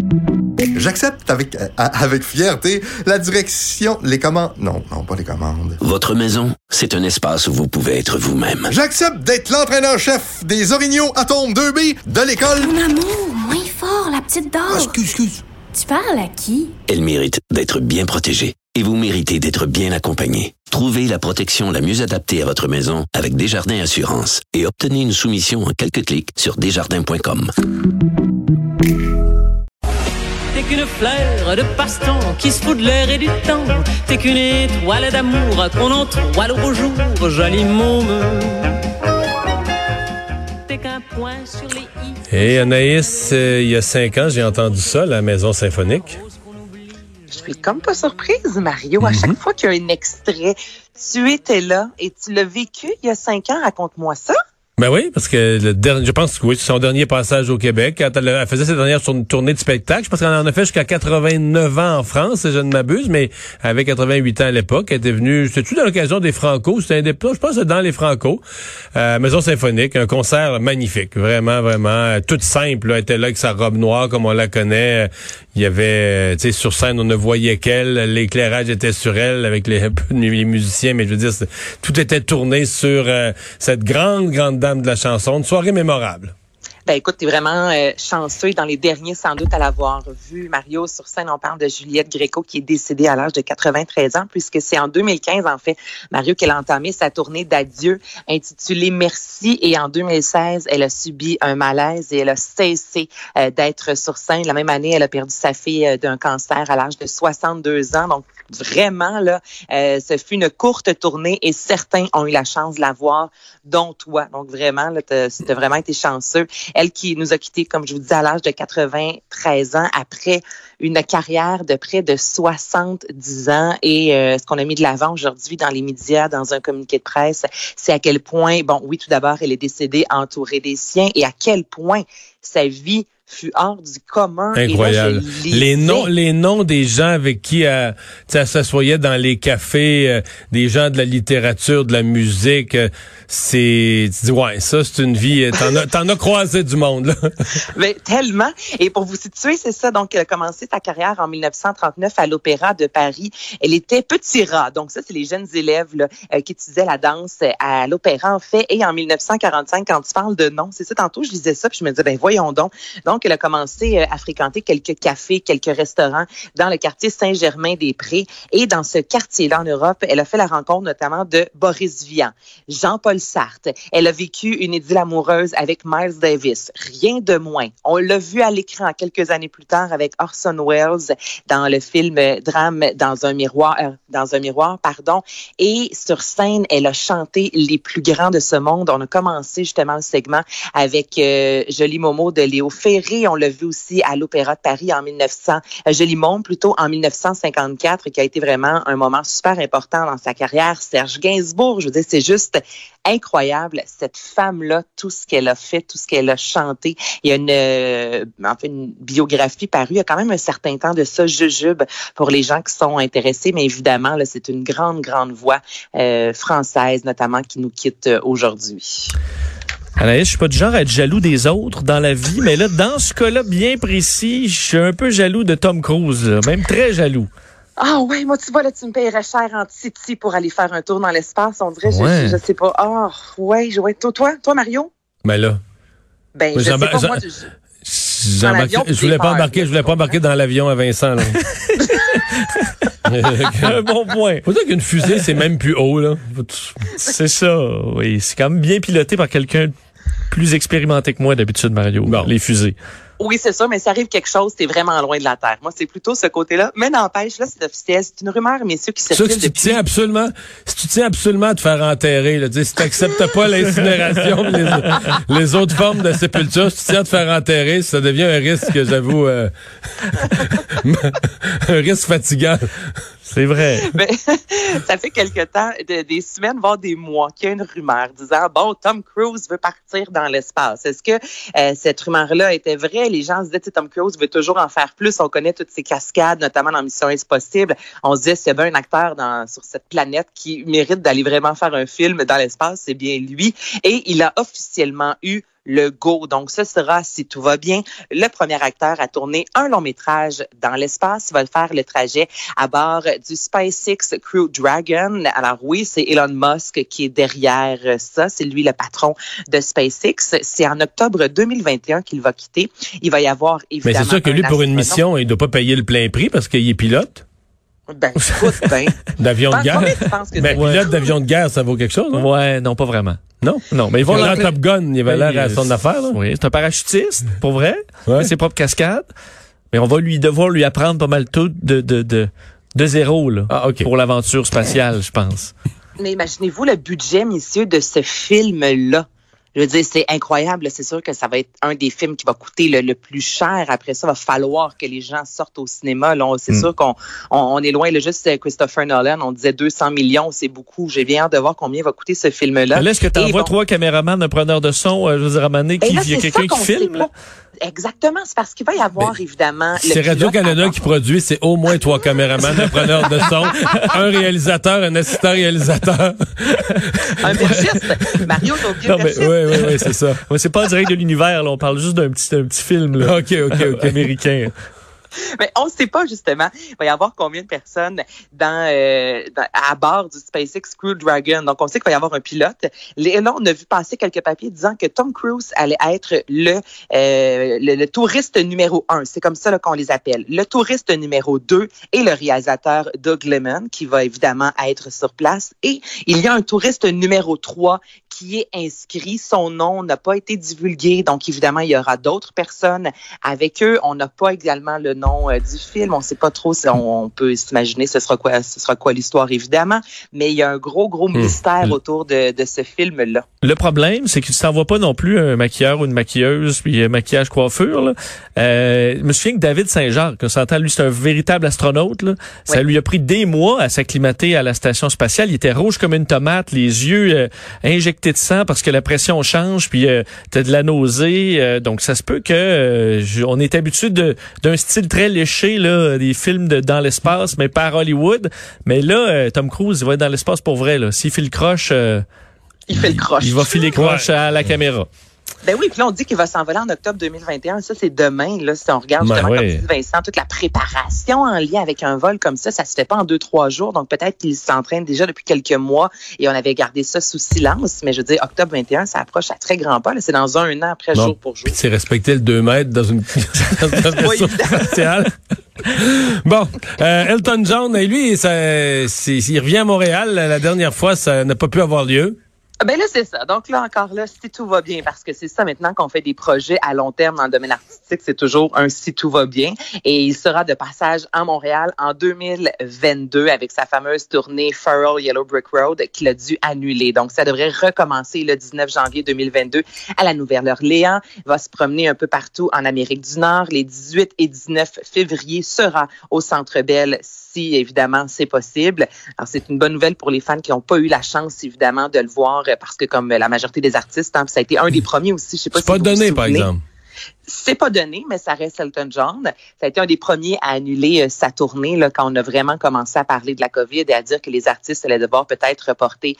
J'accepte avec fierté la direction, les commandes. Non, pas les commandes. Votre maison, c'est un espace où vous pouvez être vous-même. J'accepte d'être l'entraîneur-chef des Orignaux Atomes 2B de l'école. Mon amour, moins fort, la petite dame. Excuse. Tu parles à qui? Elle mérite d'être bien protégée. Et vous méritez d'être bien accompagné. Trouvez la protection la mieux adaptée à votre maison avec Desjardins Assurance et obtenez une soumission en quelques clics sur desjardins.com. T'es qu'une fleur de passe-temps qui se fout de l'air et du temps. T'es qu'une étoile d'amour qu'on entoile au jour, joli môme. T'es qu'un point sur les i. Et Anaïs, il y a 5 ans, j'ai entendu ça, la Maison symphonique. Je suis comme pas surprise, Mario. À chaque fois qu'il y a un extrait, tu étais là et tu l'as vécu il y a 5 ans. Raconte-moi ça. Ben oui, parce que je pense que oui, c'est son dernier passage au Québec. Quand elle faisait sa dernière tournée de spectacle, je pense qu'elle en a fait jusqu'à 89 ans en France, si je ne m'abuse, mais avec 88 ans à l'époque, elle était venue, c'était-tu dans l'occasion des Franco? C'était je pense que c'est dans les Franco. Maison symphonique, un concert magnifique, vraiment, toute simple, là, elle était là avec sa robe noire comme on la connaît. Il y avait, tu sais, sur scène, on ne voyait qu'elle, l'éclairage était sur elle avec les musiciens, mais je veux dire, tout était tourné sur cette grande dame de la chanson, une soirée mémorable. Ben écoute, t'es vraiment chanceux et dans les derniers sans doute à l'avoir vu. Mario, sur scène, on parle de Juliette Gréco qui est décédée à l'âge de 93 ans puisque c'est en 2015, en fait, Mario, qu'elle a entamé sa tournée d'adieu intitulée Merci et en 2016, elle a subi un malaise et elle a cessé d'être sur scène. La même année, elle a perdu sa fille d'un cancer à l'âge de 62 ans. Donc, vraiment, là, ce fut une courte tournée et certains ont eu la chance de la voir, dont toi. Donc, vraiment, là, t'as vraiment été chanceux. Elle qui nous a quittés, comme je vous disais, à l'âge de 93 ans, après une carrière de près de 70 ans. Et ce qu'on a mis de l'avant aujourd'hui dans les médias, dans un communiqué de presse, c'est à quel point, bon, oui, tout d'abord, elle est décédée entourée des siens et à quel point sa vie fut hors du commun. Incroyable. Et là, les noms des gens avec qui elle s'assoyait dans les cafés, des gens de la littérature, de la musique, tu dis, ouais, ça, c'est une vie, t'en as croisé du monde, là. Mais tellement. Et pour vous situer, c'est ça. Donc, elle a commencé sa carrière en 1939 à l'Opéra de Paris. Elle était petit rat. Donc, ça, c'est les jeunes élèves là, qui étudiaient la danse à l'Opéra, en fait. Et en 1945, quand tu parles de nom, c'est ça, tantôt, je lisais ça, puis je me disais, ben voyons donc. Donc, elle a commencé à fréquenter quelques cafés, quelques restaurants dans le quartier Saint-Germain-des-Prés. Et dans ce quartier-là, en Europe, elle a fait la rencontre notamment de Boris Vian, Jean-Paul Sartre. Elle a vécu une idylle amoureuse avec Miles Davis. Rien de moins. On l'a vu à l'écran quelques années plus tard avec Orson Welles dans le film Drame dans un miroir, pardon. Et sur scène, elle a chanté les plus grands de ce monde. On a commencé justement le segment avec Joli Momo de Léo Ferré. On l'a vu aussi à l'Opéra de Paris en 1954, qui a été vraiment un moment super important dans sa carrière. Serge Gainsbourg, je veux dire, c'est juste incroyable. Cette femme-là, tout ce qu'elle a fait, tout ce qu'elle a chanté. Il y a une biographie parue il y a quand même un certain temps de ça, jujube, pour les gens qui sont intéressés. Mais évidemment, là, c'est une grande voix française, notamment, qui nous quitte aujourd'hui. Anaïs, je suis pas du genre à être jaloux des autres dans la vie, mais là, dans ce cas-là bien précis, je suis un peu jaloux de Tom Cruise, là, même très jaloux. Ah ouais, moi tu vois, là, tu me paierais cher en Titi pour aller faire un tour dans l'espace, on dirait, Ouais. je sais pas. Ah, ouais, toi, Mario? Mais là. Ben, je sais pas, moi, Je voulais pas embarquer dans l'avion à Vincent, là. Un bon point. Faut dire qu'une fusée, c'est même plus haut, là. C'est ça, oui. C'est quand même bien piloté par quelqu'un de plus expérimenté que moi d'habitude, Mario. Bon. Les fusées. Oui, c'est ça, mais ça arrive quelque chose, t'es vraiment loin de la Terre. Moi, c'est plutôt ce côté-là. Mais n'empêche, là, c'est officiel. C'est une rumeur, messieurs, qui circule Si tu tiens absolument à te faire enterrer, là, si tu n'acceptes pas l'incinération, les autres formes de sépulture, si tu tiens à te faire enterrer, ça devient un risque, j'avoue, un risque fatigant. C'est vrai. Ben, ça fait quelque temps, des semaines, voire des mois, qu'il y a une rumeur disant, bon, Tom Cruise veut partir dans l'espace. Est-ce que cette rumeur-là était vraie? Les gens se disaient, Tom Cruise veut toujours en faire plus. On connaît toutes ces cascades, notamment dans Mission Impossible. On se disait, s'il y avait un acteur sur cette planète qui mérite d'aller vraiment faire un film dans l'espace, c'est bien lui. Et il a officiellement eu le go. Donc, ce sera, si tout va bien, le premier acteur à tourner un long métrage dans l'espace. Il va faire le trajet à bord du SpaceX Crew Dragon. Alors oui, c'est Elon Musk qui est derrière ça. C'est lui le patron de SpaceX. C'est en octobre 2021 qu'il va quitter. Il va y avoir évidemment... Mais c'est sûr que lui, pour une mission, il ne doit pas payer le plein prix parce qu'il est pilote. Ben, écoute, d'avion de guerre. Pilote d'avion de guerre, ça vaut quelque chose, hein? Ouais, non, pas vraiment. Non, mais ils vont dans Top Gun, il va l'air à son affaire, là. Oui, c'est un parachutiste, pour vrai. Ouais. Ses propres cascades. Mais on va devoir lui apprendre pas mal tout de zéro, là. Ah, OK. Pour l'aventure spatiale, je pense. Mais imaginez-vous le budget, messieurs, de ce film-là. Je veux dire, c'est incroyable. C'est sûr que ça va être un des films qui va coûter le plus cher. Après ça, il va falloir que les gens sortent au cinéma. Là, c'est sûr qu'on est loin. Là, juste Christopher Nolan, on disait 200 millions, c'est beaucoup. J'ai bien hâte de voir combien va coûter ce film-là. Mais là, est-ce que tu envoies 3 caméramans, un preneur de son, je veux dire, à un moment donné, il y a quelqu'un qui filme? Là? Exactement, c'est parce qu'il va y avoir, évidemment... C'est Radio-Canada qui produit, c'est au moins 3 caméramans, un preneur de son, un réalisateur, un assistant réalisateur. Un bergiste. Mario, ton vieux bergiste. Oui, c'est ça. Ouais, c'est pas en direct de l'univers, là, on parle juste d'un petit film là, OK. américain. Mais on ne sait pas, justement, il va y avoir combien de personnes à bord du SpaceX Crew Dragon. Donc, on sait qu'il va y avoir un pilote. Et là, on a vu passer quelques papiers disant que Tom Cruise allait être le touriste numéro 1. C'est comme ça là, qu'on les appelle. Le touriste numéro 2 et le réalisateur Doug Liman, qui va évidemment être sur place. Et il y a un touriste numéro 3 qui est inscrit. Son nom n'a pas été divulgué. Donc, évidemment, il y aura d'autres personnes avec eux. On n'a pas également le nom du film. On ne sait pas trop si on peut s'imaginer ce sera quoi l'histoire, évidemment. Mais il y a un gros mystère autour de ce film-là. Le problème, c'est que tu t'envoies pas non plus un maquilleur ou une maquilleuse, puis maquillage coiffure. Là. Je me souviens que David Saint-Jacques, on s'entend, lui, c'est un véritable astronaute. Là. Ça lui a pris des mois à s'acclimater à la station spatiale. Il était rouge comme une tomate, les yeux injectés de sang parce que la pression change, puis t'as de la nausée. Donc, ça se peut que on est habitué d'un style très léché, là, des films dans l'espace, mais par Hollywood. Mais là, Tom Cruise, il va être dans l'espace pour vrai. Là. S'il file croche... il fait le croche. Il va filer croche à la caméra. Ben oui, puis là, on dit qu'il va s'envoler en octobre 2021. Ça, c'est demain. Là, si on regarde justement, comme dit Vincent, toute la préparation en lien avec un vol comme ça se fait pas en 2-3 jours. Donc, peut-être qu'il s'entraîne déjà depuis quelques mois et on avait gardé ça sous silence. Mais je veux dire, octobre 21, ça approche à très grands pas. Là, c'est dans un an après, jour pour jour. Puis c'est respecter le 2 mètres dans une station spatiale. Bon, Elton John, et lui, il revient à Montréal. La dernière fois, ça n'a pas pu avoir lieu. Ben là, c'est ça. Donc là, encore là, si tout va bien, parce que c'est ça maintenant qu'on fait des projets à long terme dans le domaine artistique, c'est toujours un si tout va bien. Et il sera de passage à Montréal en 2022 avec sa fameuse tournée Farewell Yellow Brick Road qu'il a dû annuler. Donc, ça devrait recommencer le 19 janvier 2022 à la Nouvelle-Orléans. Il va se promener un peu partout en Amérique du Nord. Les 18 et 19 février sera au Centre Bell si, évidemment, c'est possible. Alors, c'est une bonne nouvelle pour les fans qui n'ont pas eu la chance, évidemment, de le voir parce que comme la majorité des artistes, ça a été un des premiers aussi. Je sais pas c'est pas donné, par exemple. C'est pas donné, mais ça reste Elton John. Ça a été un des premiers à annuler sa tournée là, quand on a vraiment commencé à parler de la COVID et à dire que les artistes allaient devoir peut-être reporter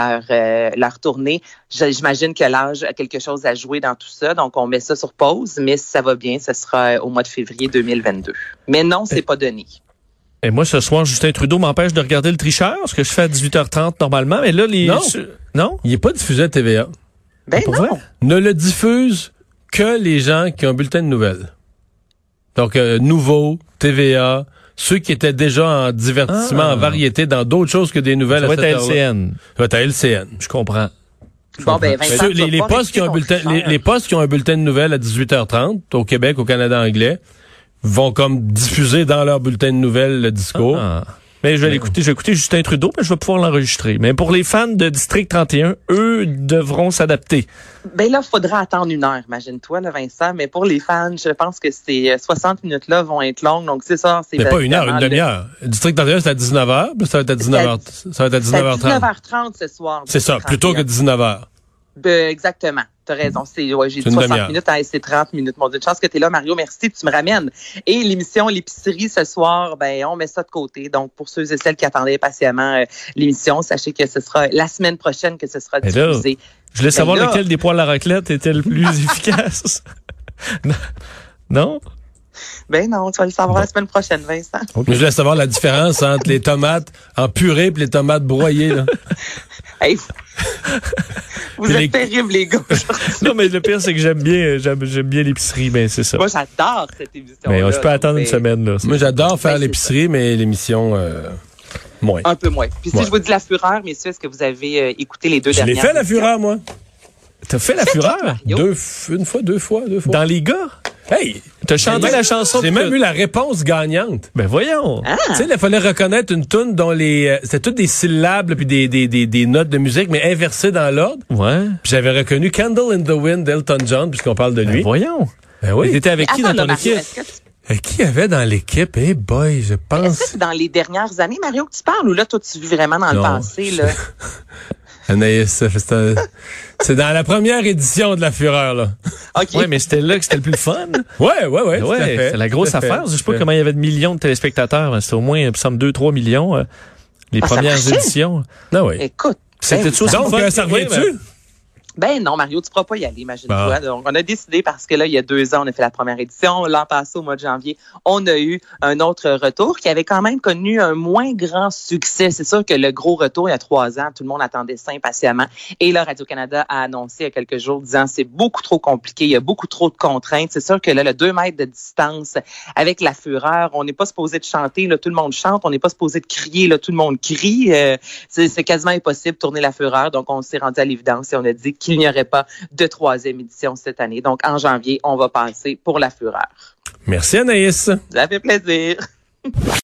leur tournée. J'imagine que l'âge a quelque chose à jouer dans tout ça, donc on met ça sur pause, mais si ça va bien, ce sera au mois de février 2022. Mais non, c'est pas donné. Et moi, ce soir, Justin Trudeau m'empêche de regarder Le Tricheur, ce que je fais à 18h30 normalement. Mais là, Non? Il n'est pas diffusé à TVA. Ben non. Vrai? Ne le diffuse que les gens qui ont un bulletin de nouvelles. Donc, Nouveau, TVA, ceux qui étaient déjà en divertissement, en variété, dans d'autres choses que des nouvelles. Ça va être à LCN. Ça va être à LCN. Je comprends. Bon, ben, Vincent, les postes qui ont un bulletin de nouvelles à 18h30, au Québec, au Canada anglais, vont comme diffuser dans leur bulletin de nouvelles le discours. Mais je vais l'écouter. Je vais écouter Justin Trudeau, mais je vais pouvoir l'enregistrer. Mais pour les fans de District 31, eux devront s'adapter. Ben là, il faudra attendre 1 heure, imagine-toi, là, Vincent. Mais pour les fans, je pense que ces 60 minutes-là vont être longues. Donc, c'est ça. Mais pas 1 heure, une demi-heure. District 31, c'est à 19h, puis ça va être à 19h30. Ça va être à 19h30 ce soir. C'est ça, plutôt que 19h. Exactement. T'as raison. J'ai dit C'est une 60 demi-heure. minutes, c'est 30 minutes. Mon Dieu, une chance que t'es là, Mario. Merci, tu me ramènes. Et l'émission L'épicerie ce soir, on met ça de côté. Donc, pour ceux et celles qui attendaient patiemment l'émission, sachez que ce sera la semaine prochaine que ce sera diffusé. Je voulais savoir lequel des poêles à raclette était le plus efficace. Non? Ben non, tu vas le savoir la semaine prochaine, Vincent. Mais je voulais savoir la différence entre les tomates en purée et les tomates broyées. Là. Hey, vous êtes terribles, les gars. Non, mais le pire, c'est que j'aime bien l'épicerie, ben c'est ça. Moi, j'adore cette émission. Mais je peux attendre une semaine. Là. Moi, j'adore faire Ben, l'épicerie, mais l'émission, moins. Un peu moins. Puis si je vous dis La Fureur, messieurs, est-ce que vous avez écouté les deux Je dernières? l'ai fait, La Fureur, moi. T'as fait La Fureur? Deux fois. Dans les gars? Hey! T'as chanté la chanson? J'ai même eu la réponse gagnante. Ben voyons. Tu sais, il fallait reconnaître une toune dont c'était toutes des syllabes puis des notes de musique, mais inversées dans l'ordre. Ouais. Puis j'avais reconnu Candle in the Wind d'Elton John, puisqu'on parle de lui. Ben voyons. Ben oui. T'étais avec qui dans ton Mario, équipe? Qui y avait dans l'équipe? Eh boy, je pense... Est-ce que c'est dans les dernières années, Mario, que tu parles, ou là, toi, tu vis vraiment dans le passé, là? Anaïs, c'est dans la première édition de La Fureur, là. OK. Ouais, mais c'était là que c'était le plus fun. Ouais, tout à Ouais, fait. c'est la grosse Tout à fait. affaire. Je sais pas comment il y avait de millions de téléspectateurs, mais c'était au moins, il me semble, 2-3 millions, les ça premières marchait? éditions. Ah oui. Écoute. C'était tout aussi Donc, fun ça que toi, revient-tu? Ben non, Mario, tu pourras pas y aller, imagine-toi. Donc, on a décidé parce que là, il y a 2 ans, on a fait la première édition. L'an passé, au mois de janvier, on a eu un autre retour qui avait quand même connu un moins grand succès. C'est sûr que le gros retour, il y a 3 ans, tout le monde attendait ça impatiemment. Et là, Radio-Canada a annoncé il y a quelques jours, disant c'est beaucoup trop compliqué, il y a beaucoup trop de contraintes. C'est sûr que là, le 2 mètres de distance avec La Fureur, on n'est pas supposé de chanter, là, tout le monde chante. On n'est pas supposé de crier, là, tout le monde crie. C'est quasiment impossible de tourner La Fureur. Donc, on s'est rendu à l'évidence et on a dit qu'il n'y aurait pas de 3e édition cette année. Donc, en janvier, on va passer pour La Fureur. Merci, Anaïs. Ça fait plaisir.